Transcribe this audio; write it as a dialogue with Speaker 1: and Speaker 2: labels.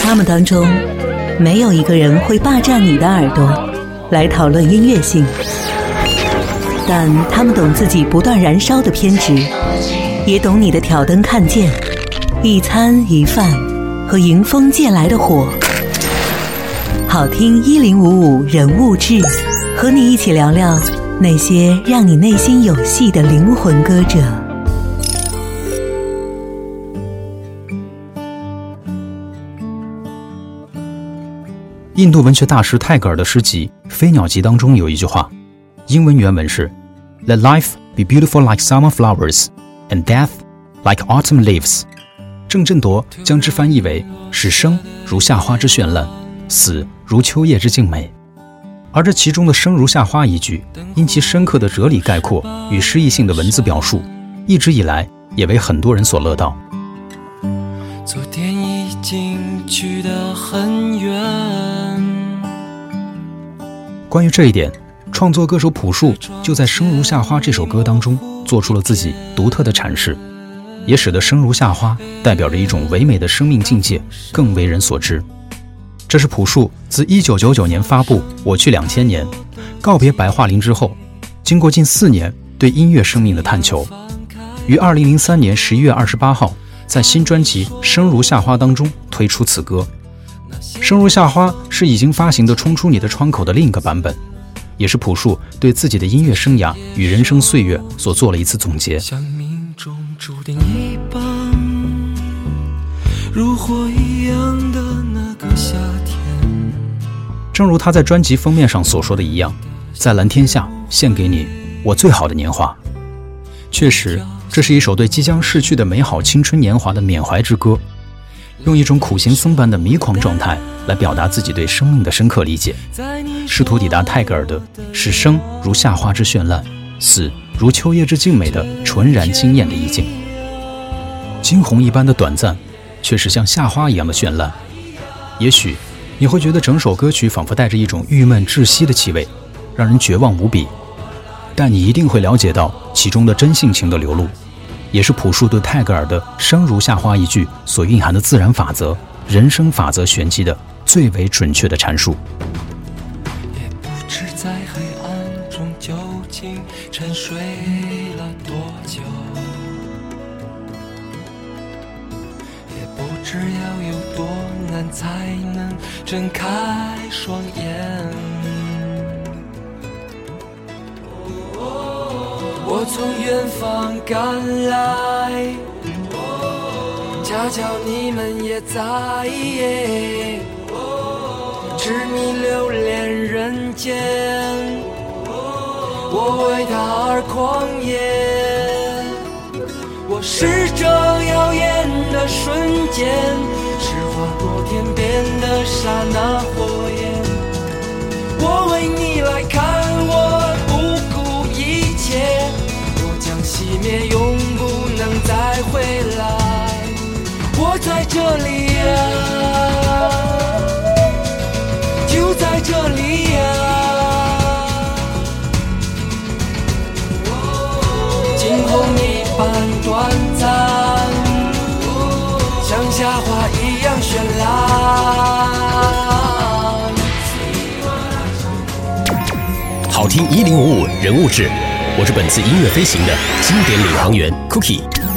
Speaker 1: 他们当中，没有一个人会霸占你的耳朵来讨论音乐性，但他们懂自己不断燃烧的偏执，也懂你的挑灯看剑、一餐一饭和迎风借来的火。好听1055人物志，和你一起聊聊那些让你内心有戏的灵魂歌者。
Speaker 2: 印度文学大师泰戈尔的诗集《飞鸟集》当中有一句话，英文原文是 Let life be beautiful like summer flowers and death like autumn leaves。 郑振铎将之翻译为使生如夏花之绚烂，死如秋叶之静美。而这其中的生如夏花一句，因其深刻的哲理概括与诗意性的文字表述，一直以来也为很多人所乐道。
Speaker 3: 昨天已经去得很远。
Speaker 2: 关于这一点，创作歌手朴树就在《生如夏花》这首歌当中做出了自己独特的阐释，也使得生如夏花代表着一种唯美的生命境界更为人所知。这是朴树自1999年发布《我去2000年》告别白桦林之后，经过近4年对音乐生命的探求，于2003年11月28号在新专辑《生如夏花》当中推出此歌。生如夏花是已经发行的《冲出你的窗口》的另一个版本，也是朴树对自己的音乐生涯与人生岁月所做了一次总结。
Speaker 3: 像命中注定一般，如火一样的那个夏天。
Speaker 2: 正如他在专辑封面上所说的一样，在蓝天下献给你我最好的年华。确实，这是一首对即将逝去的美好青春年华的缅怀之歌，用一种苦行僧般的迷狂状态来表达自己对生命的深刻理解，试图抵达泰戈尔的使生如夏花之绚烂，死如秋叶之静美的纯然惊艳的意境。惊鸿一般的短暂，却是像夏花一样的绚烂。也许你会觉得整首歌曲仿佛带着一种郁闷窒息的气味，让人绝望无比，但你一定会了解到其中的真性情的流露，也是朴树对泰戈尔的生如夏花一句所蕴含的自然法则、人生法则玄机的最为准确的阐述。
Speaker 3: 也不知在黑暗中究竟沉睡了多久，也不知要有多难才能睁开双眼。我从远方赶来，恰巧你们也在，痴迷流连人间，我为他而狂野。我是这耀眼的瞬间，是划过天边的刹那火焰。我为你来看，我不顾一切，我将熄灭，永不能再回来。我在这里啊，就在这里啊，惊鸿一般短暂，像夏花一样绚烂。
Speaker 4: 好听1055人物志，我是本次音乐飞行的经典领航员 Cookie。